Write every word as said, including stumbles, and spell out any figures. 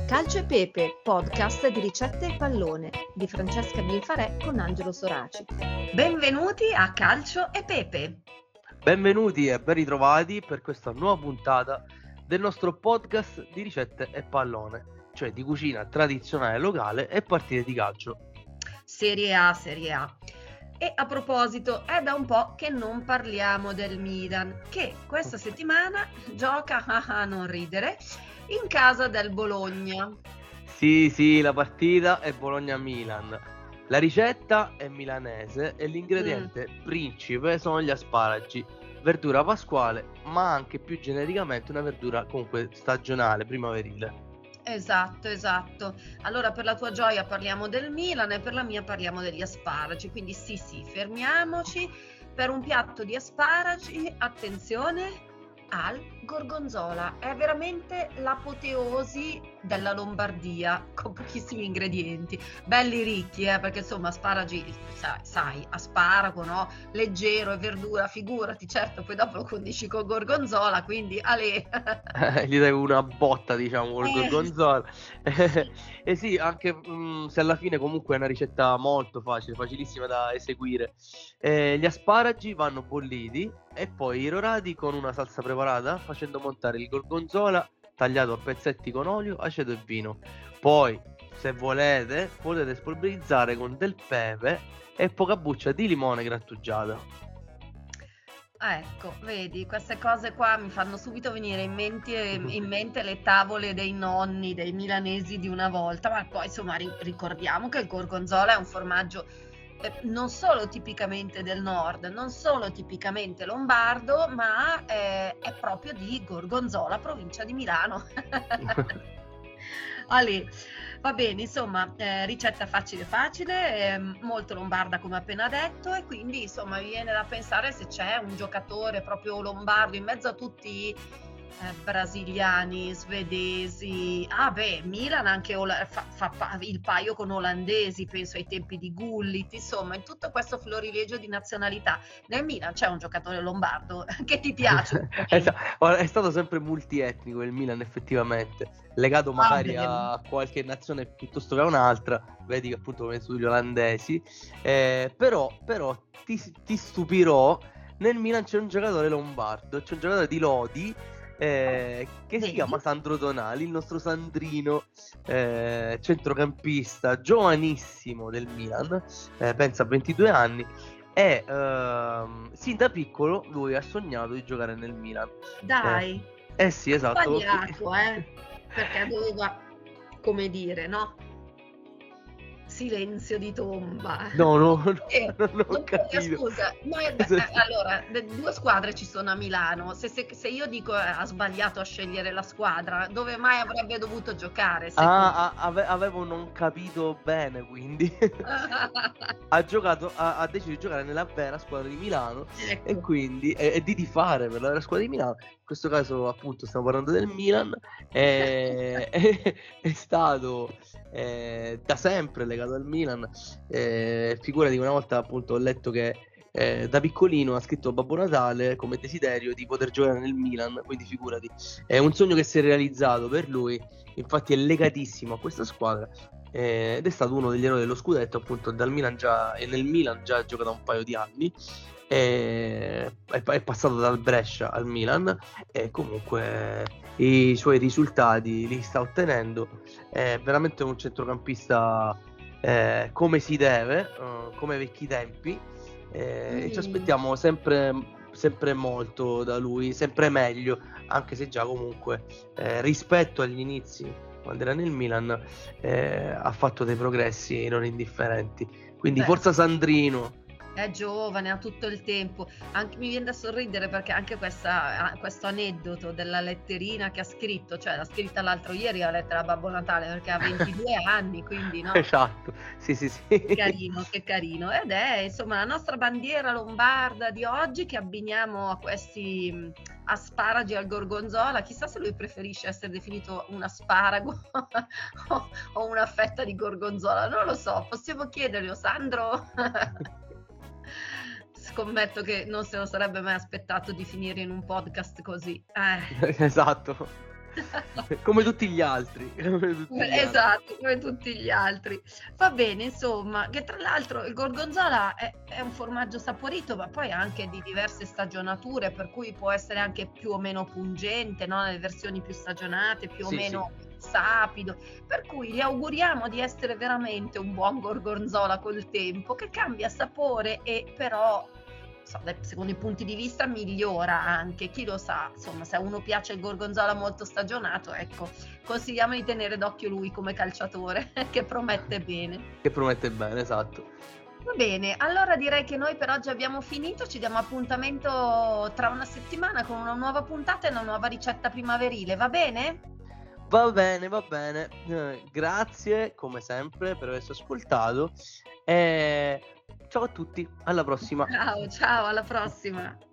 Calcio e Pepe, podcast di ricette e pallone di Francesca Bifarè con Angelo Soraci. Benvenuti a Calcio e Pepe. Benvenuti e ben ritrovati per questa nuova puntata del nostro podcast di ricette e pallone, cioè di cucina tradizionale locale e partite di calcio. Serie A, Serie A. E a proposito, è da un po' che non parliamo del Milan, che questa settimana gioca, a non ridere, in casa del Bologna. Sì, sì, la partita è Bologna-Milan. La ricetta è milanese e l'ingrediente mm. principe sono gli asparagi, verdura pasquale, ma anche più genericamente una verdura comunque stagionale, primaverile. Esatto, esatto. Allora per la tua gioia parliamo del Milan e per la mia parliamo degli asparagi, quindi sì sì, fermiamoci per un piatto di asparagi, attenzione, al gorgonzola. È veramente l'apoteosi della Lombardia, con pochissimi ingredienti, belli ricchi, eh, perché insomma asparagi, sai, sai, asparago, no? Leggero e verdura, figurati, certo, poi dopo lo condisci con gorgonzola, quindi ale. Eh, gli dai una botta, diciamo, col Eh, gorgonzola. E sì, anche mh, se alla fine comunque è una ricetta molto facile, facilissima da eseguire. Eh, gli asparagi vanno bolliti e poi irrorati con una salsa preparata, facendo montare il gorgonzola tagliato a pezzetti con olio, aceto e vino. Poi, se volete, potete spolverizzare con del pepe e poca buccia di limone grattugiata. Ecco, vedi, queste cose qua mi fanno subito venire in mente, in mente le tavole dei nonni, dei milanesi di una volta, ma poi insomma ri- ricordiamo che il gorgonzola è un formaggio eh, non solo tipicamente del nord, non solo tipicamente lombardo, ma eh, è proprio di Gorgonzola, provincia di Milano. Ale, va bene, insomma, eh, ricetta facile facile, eh, molto lombarda come appena detto, e quindi insomma mi viene da pensare se c'è un giocatore proprio lombardo in mezzo a tutti eh, brasiliani, svedesi. Ah beh, Milan anche ola- fa, fa pa- il paio con olandesi, penso ai tempi di Gullit, insomma, in tutto questo florilegio di nazionalità. Nel Milan c'è un giocatore lombardo che ti piace? Esatto. È stato sempre multietnico il Milan, effettivamente, legato magari Ah, a qualche nazione piuttosto che a un'altra, vedi che appunto come sugli olandesi, eh, però, però ti, ti stupirò, nel Milan c'è un giocatore lombardo, c'è un giocatore di Lodi, eh, che vedi? si chiama Sandro Tonali, il nostro Sandrino, eh, centrocampista giovanissimo del Milan, eh, pensa a ventidue anni. E ehm, sin da piccolo lui ha sognato di giocare nel Milan. Dai, Eh, eh sì, esatto. sbagliato, eh? Perché doveva, come dire, no? Silenzio di tomba. No, no, no, Eh, non ho non puoi- capito. scusa, ma è- eh, allora, le due squadre ci sono a Milano. Se, se- se io dico eh, ha sbagliato a scegliere la squadra, dove mai avrebbe dovuto giocare? secondo Ah, ah, ave- avevo non capito bene, quindi ha giocato, ha, ha deciso di giocare nella vera squadra di Milano e Ecco. quindi e, e di tifare per la vera squadra di Milano. In questo caso, appunto, stiamo parlando del Milan. E, è, è stato eh, da sempre legato al Milan. Eh, figurati, una volta appunto ho letto che eh, da piccolino ha scritto a Babbo Natale come desiderio di poter giocare nel Milan, quindi figurati, è un sogno che si è realizzato per lui. Infatti è legatissimo a questa squadra, eh, ed è stato uno degli eroi dello scudetto, appunto dal Milan già, e nel Milan già gioca da un paio di anni, e è, è passato dal Brescia al Milan e comunque i suoi risultati li sta ottenendo. È veramente un centrocampista eh, come si deve, eh, come ai vecchi tempi, eh, e ci Mm. aspettiamo sempre, sempre molto da lui, sempre meglio, anche se già comunque eh, rispetto agli inizi quando era nel Milan eh, ha fatto dei progressi non indifferenti, quindi Beh, forza Sandrino. è giovane, ha tutto il tempo. Anche, mi viene da sorridere perché anche questa, ah, questo aneddoto della letterina che ha scritto, cioè l'ha scritta l'altro ieri la lettera a Babbo Natale perché ha ventidue anni, quindi no? Esatto, sì sì sì. Che carino, che carino. Ed è insomma la nostra bandiera lombarda di oggi che abbiniamo a questi mh, asparagi al gorgonzola. Chissà se lui preferisce essere definito un asparago o, o una fetta di gorgonzola, non lo so, possiamo chiederlo, Sandro? Scommetto che non se lo sarebbe mai aspettato di finire in un podcast così. Eh. Esatto. Come tutti gli altri. Come tutti gli altri. Esatto, come tutti gli altri. Va bene, insomma, che tra l'altro il gorgonzola è, è un formaggio saporito, ma poi anche di diverse stagionature, per cui può essere anche più o meno pungente, no? Nelle versioni più stagionate, più o Sì, sì. meno sapido. Per cui gli auguriamo di essere veramente un buon gorgonzola col tempo, che cambia sapore e però, so, dai- secondo i punti di vista, migliora anche. Chi lo sa, insomma, se a uno piace il gorgonzola molto stagionato, ecco, consigliamo di tenere d'occhio lui come calciatore, che promette bene. Che promette bene, esatto. Va bene, allora direi che noi per oggi abbiamo finito, ci diamo appuntamento tra una settimana con una nuova puntata e una nuova ricetta primaverile, va bene? Va bene, va bene. Eh, grazie come sempre per averci ascoltato. E ciao a tutti, alla prossima. Ciao, ciao, alla prossima.